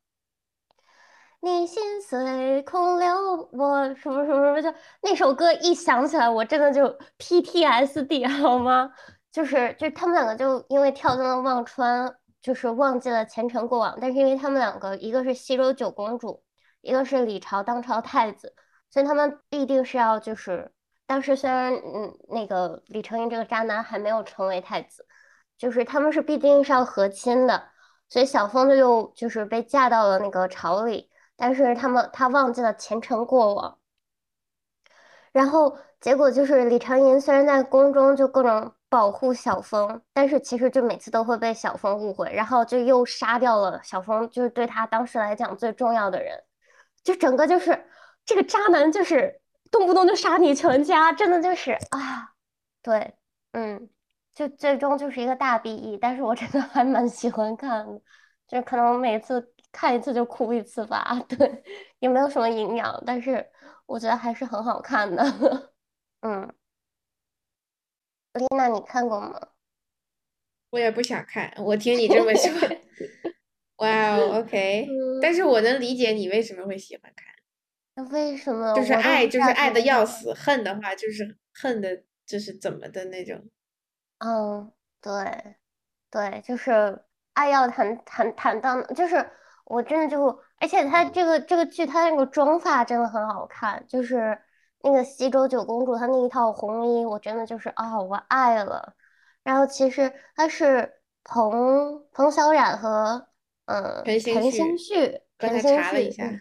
你心碎空留我什么什么什么，就那首歌一响起来，我真的就 PTSD 好吗？就他们两个就因为跳进了忘川，就是忘记了前尘过往，但是因为他们两个一个是西周九公主，一个是李朝当朝太子，所以他们必定是要就是当时虽然那个李成英这个渣男还没有成为太子，就是他们是必定是要和亲的，所以小凤就是被嫁到了那个朝里。但是他忘记了前尘过往，然后结果就是李长银虽然在宫中就各种保护小峰，但是其实就每次都会被小峰误会，然后就又杀掉了小峰，就是对他当时来讲最重要的人，就整个就是这个渣男就是动不动就杀你全家，真的就是对，嗯，就最终就是一个大 BE，但是我真的还蛮喜欢看的。就可能每次看一次就哭一次吧，对，也没有什么营养，但是我觉得还是很好看的。嗯，丽娜，你看过吗？ 我也不想看，我听你这么说，哇哦，OK，但是嗯， 我能理解你为什么会喜欢看， 那为什么就是我都不爱， 知道怎就是爱的么讲？ 要死，恨的话就是恨的，就是怎么的那种。 嗯，对。对，就是爱要坦荡，就是我真的就，而且他这个剧，他那个妆发真的很好看，就是那个西周九公主她那一套红衣，我真的就是我爱了。然后其实他是彭小苒和陈星陈星旭， 旭，陈刚才星旭， 查了一下，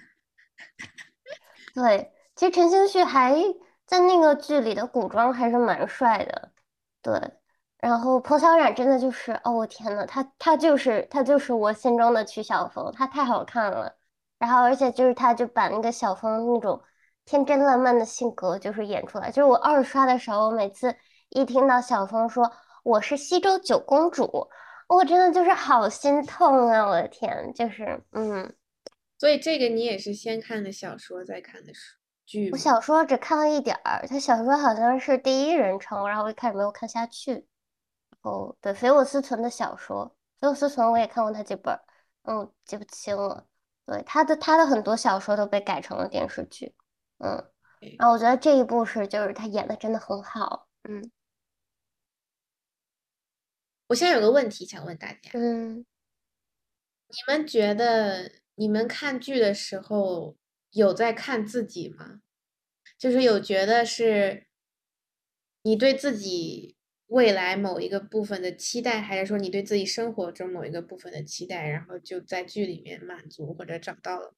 对，其实陈星旭还在那个剧里的古装还是蛮帅的，对。然后彭小苒真的就是，我天呐，他就是我心中的曲晓峰，他太好看了。然后而且就是他就把那个小峰那种天真烂漫的性格就是演出来。就是我二刷的时候，每次一听到小峰说我是西周九公主，我真的就是好心痛啊！我的天，就是所以这个你也是先看的小说，再看的书剧我吗？ 小说只看了一点儿，他小说好像是第一人称，然后我一开始没有看下去。哦，对，菲沃斯存的小说，菲沃斯存我也看过他几本儿，记不清了。对，他的很多小说都被改成了电视剧，嗯，然后我觉得这一部就是他演的真的很好， 我现在有个问题想问大家， 嗯。 你们觉得你们看剧的时候有在看自己吗？就是有觉得是你对自己未来某一个部分的期待，还是说你对自己生活中某一个部分的期待，然后就在剧里面满足或者找到了？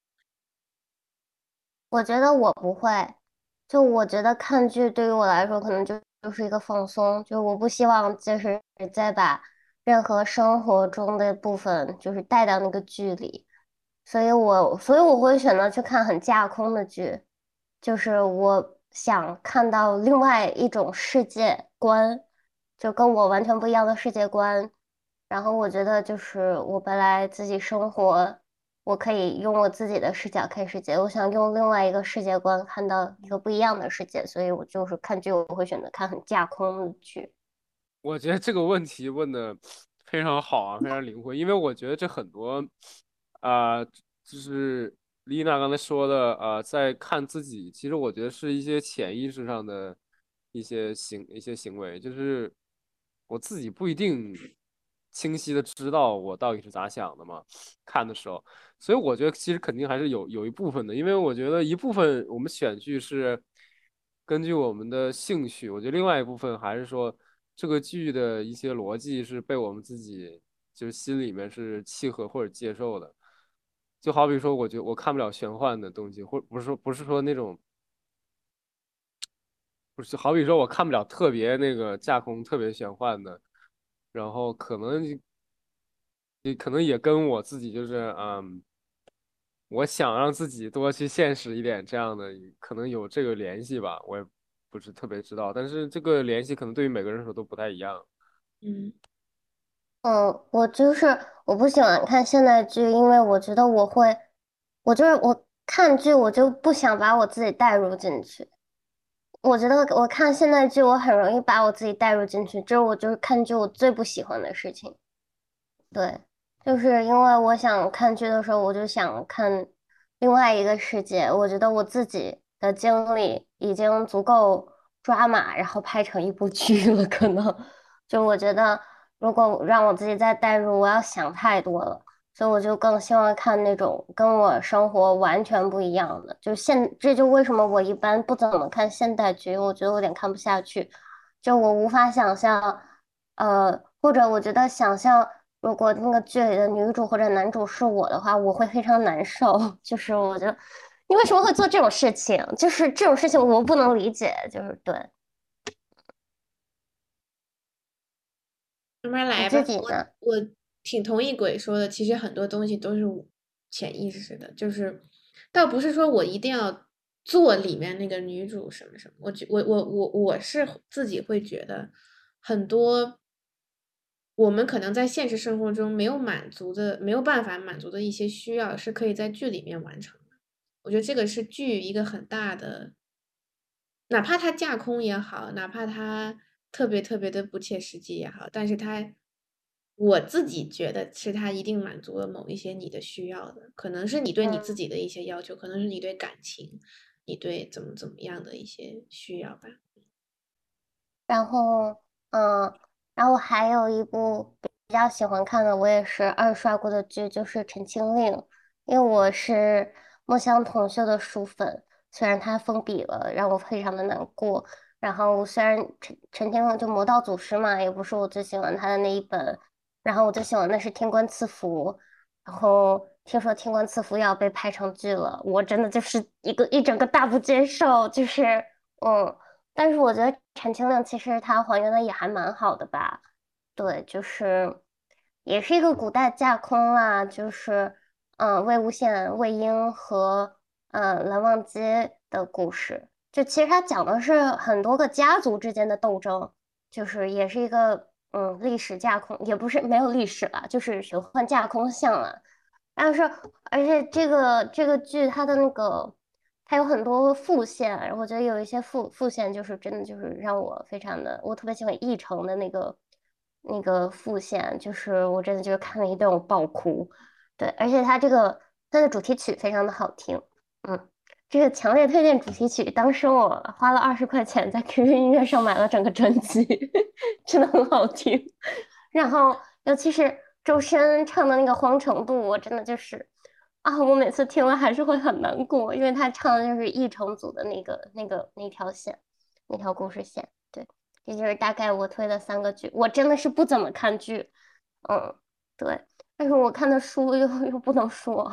我觉得我不会，就我觉得看剧对于我来说可能就是一个放松，就我不希望就是再把任何生活中的部分就是带到那个剧里，所以我会选择去看很架空的剧，就是我想看到另外一种世界观，就跟我完全不一样的世界观，然后我觉得就是我本来自己生活。我可以用我自己的视角看世界，我想用另外一个世界观看到一个不一样的世界，所以我就是看剧，我会选择看很架空的剧。 我觉得这个问题问的非常好啊，非常灵活，因为我觉得这很多，就是丽娜刚才说的，在看自己，其实我觉得是一些潜意识上的一些行为，就是我自己不一定清晰的知道我到底是咋想的嘛，看的时候，所以我觉得其实肯定还是有一部分的，因为我觉得一部分我们选剧是根据我们的兴趣，我觉得另外一部分还是说这个剧的一些逻辑是被我们自己就是心里面是契合或者接受的。就好比说，我觉得我看不了玄幻的东西，或不是说那种，不是好比说我看不了特别那个架空、特别玄幻的，然后可能也跟我自己就是我想让自己多去现实一点，这样的可能有这个联系吧，我也不是特别知道，但是这个联系可能对于每个人来说都不太一样。 嗯我就是我不喜欢看现代剧，因为我觉得我看剧我就不想把我自己带入进去。我觉得我看现代剧，我很容易把我自己带入进去，这是我就是看剧我最不喜欢的事情。对，就是因为我想看剧的时候，我就想看另外一个世界。我觉得我自己的经历已经足够抓马，然后拍成一部剧了。可能就我觉得，如果让我自己再带入，我要想太多了。所以我就更希望看那种跟我生活完全不一样的。这就为什么我一般不怎么看现代剧，我觉得我有点看不下去。就我无法想象。或者我觉得想象，如果那个剧里的女主或者男主是我的话，我会非常难受。就是我觉得，你为什么会做这种事情？就是这种事情我不能理解。就是对你慢慢来吧。我自己呢？ 我挺同意鬼说的，其实很多东西都是潜意识的，就是倒不是说我一定要做里面那个女主什么什么，我是自己会觉得很多我们可能在现实生活中没有满足的、没有办法满足的一些需要，是可以在剧里面完成的。我觉得这个是剧一个很大的，哪怕它架空也好，哪怕它特别特别的不切实际也好，但是我自己觉得是它一定满足了某一些你的需要的，可能是你对你自嗯。 己的一些要求，可能是你对感情，你对怎么样的一些需要吧。 然后，嗯，然后还有一部比较喜欢看的，我也是二刷过的剧，就是《陈情令》，因为我是墨香铜臭的书粉，虽然它封笔了，让我非常的难过。然后虽然陈情令就魔道祖师嘛，也不是我最喜欢他的那一本，然后我最喜欢的是《天官赐福》，然后听说《天官赐福》要被拍成剧了，我真的就是一整个大不接受，就是嗯。但是我觉得《陈情令》其实它还原的也还蛮好的吧，对，就是也是一个古代架空啦，就是魏无羡、魏婴和蓝忘机的故事，就其实它讲的是很多个家族之间的斗争，就是也是一个历史架空，也不是没有历史了，就是玄幻架空像了。但是而且这个剧它的那个它有很多副线，然后我觉得有一些副线就是真的就是让我非常的，我特别喜欢奕成的那个副线，就是我真的就是看了一顿我爆哭。对，而且它的主题曲非常的好听。嗯，这个强烈推荐主题曲，当时我花了20块钱在 QQ 音乐上买了整个专辑，真的很好听。 然后尤其是周深唱的那个《荒城渡》，我真的就是啊，我每次听了还是会很难过，因为他唱的就是译成组的那条线，那条故事线。对，这就是大概我推的3个剧。我真的是不怎么看剧，嗯，对，但是我看的书又不能说，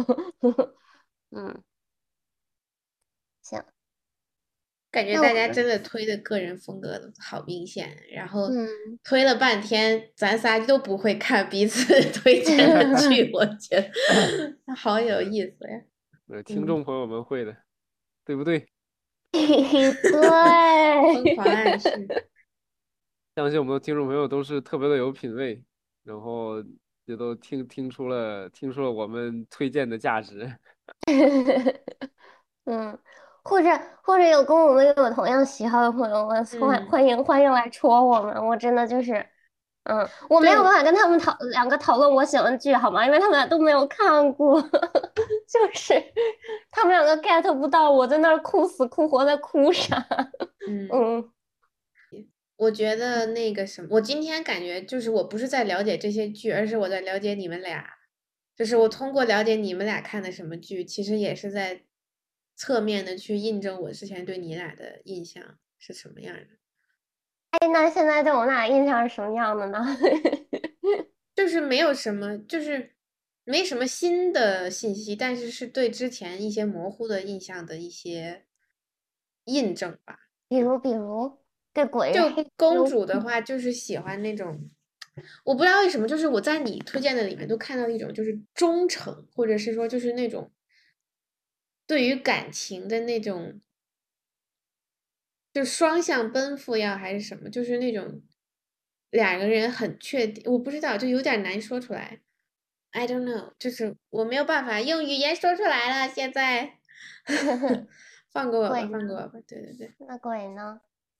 嗯，行， 感觉那我们大家真的推的个人风格都好明显，然后嗯。 推了半天，咱仨都不会看彼此推荐的剧，我觉得好有意思呀。 听众朋友们会的，对不对？ 疯狂对， 暗示。 相信我们的听众朋友都是特别的有品味，然后也都听出了我们推荐的价值。 嗯，或者有跟我们有同样喜好的朋友们，欢迎来戳我们。我真的就是，我没有办对， 法跟他们讨论我喜欢的剧，好吗？因为他们俩都没有看过，就是他们两个 get 不到我在那儿哭死哭活在哭啥。嗯我觉得那个什么，我今天感觉就是我不是在了解这些剧，而是我在了解你们俩。就是我通过了解你们俩看的什么剧，其实也是在侧面的去印证我之前对你俩的印象是什么样的。 哎，那现在对我们俩印象是什么样的呢？ 就是没有什么，就是没什么新的信息，但是是对之前一些模糊的印象的一些印证吧。 比如对鬼人就黑公幽主的话，就是喜欢那种，我不知道为什么，就是我在你推荐的里面都看到一种就是忠诚，或者是说就是那种对于感情的那种，就双向奔赴呀，还是什么，就是那种两个人很确定，我不知道，就有点难说出来。I don't know，就是我没有办法用语言说出来了。现在放过我吧， 鬼呢？ 放过我吧。对对对， 那鬼呢？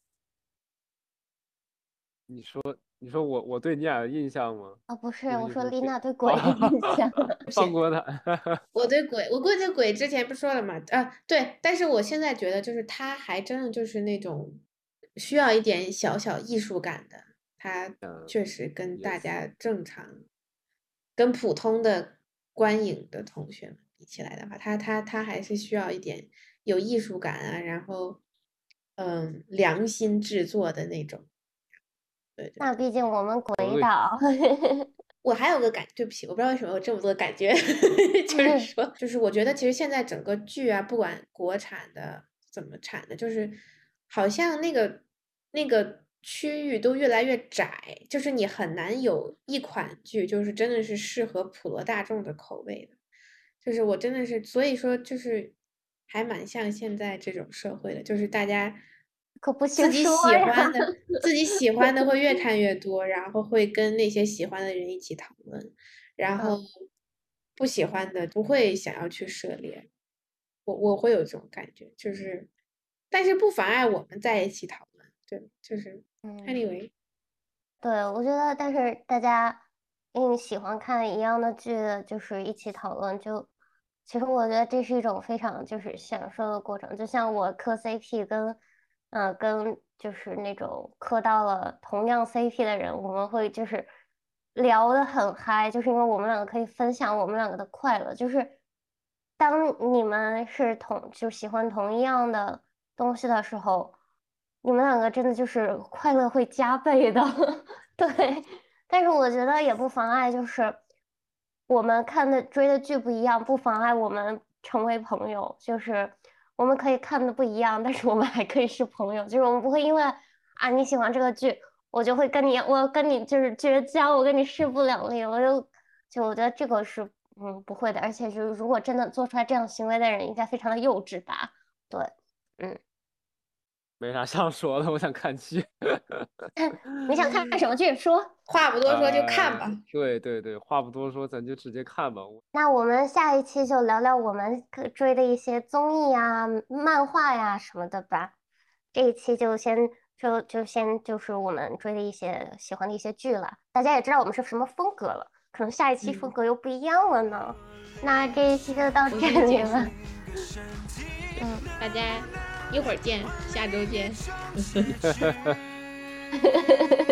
你说我对你俩的印象吗？ 哦，不是， 就是我说你说对丽娜对鬼的啊， 印象。 放过他。 我对鬼，我对这鬼之前不说了嘛？啊，对，但是我现在觉得就是他还真的就是那种需要一点小小艺术感的，他确实跟大 ，yes， 家正常、跟普通的观影的同学们比起来的话，他还是需要一点有艺术感啊，然后良心制作的那种。对对对。 那毕竟我们鬼对， 岛。 我还有个对不起，我不知道为什么有这么多感觉，就是说，就是我觉得其实现在整个剧啊，不管国产的怎么产的，就是好像那个区域都越来越窄，就是你很难有一款剧，就是真的是适合普罗大众的口味的。就是我真的是，所以说就是还蛮像现在这种社会的，就是大家可不自己行说呀。 喜欢的，自己喜欢的会越看越多，然后会跟那些喜欢的人一起讨论，然后不喜欢的不会想要去涉猎。我会有这种感觉，就是，但是不妨碍我们在一起讨论，对，就是anyway， 对，我觉得，但是大家喜欢看一样的剧的，就是一起讨论，其实我觉得这是一种非常就是享受的过程。就像我磕 CP 跟就是那种磕到了同样 CP 的人，我们会就是聊得很嗨，就是因为我们两个可以分享我们两个的快乐。就是当你们是就喜欢同一样的东西的时候。你们两个真的就是快乐会加倍的。对。但是我觉得也不妨碍，就是我们追的剧不一样，不妨碍我们成为朋友。就是我们可以看的不一样，但是我们还可以是朋友。就是我们不会因为你喜欢这个剧，我跟你就是绝交，我跟你势不两立。我觉得这个是不会的，而且就是如果真的做出来这样行为的人，应该非常的幼稚吧？对。嗯。 没啥想说的，我想看剧。 你想看什么剧？说。 话不多说就看吧。 对对对，话不多说，咱就直接看吧。 那我们下一期就聊聊我们追的一些综艺呀、漫画呀什么的吧。这一期就先就是我们追的一些喜欢的一些剧了，大家也知道我们是什么风格了，可能下一期风格又不一样了呢。那这一期就到这里了。 大家一会儿见，下周见。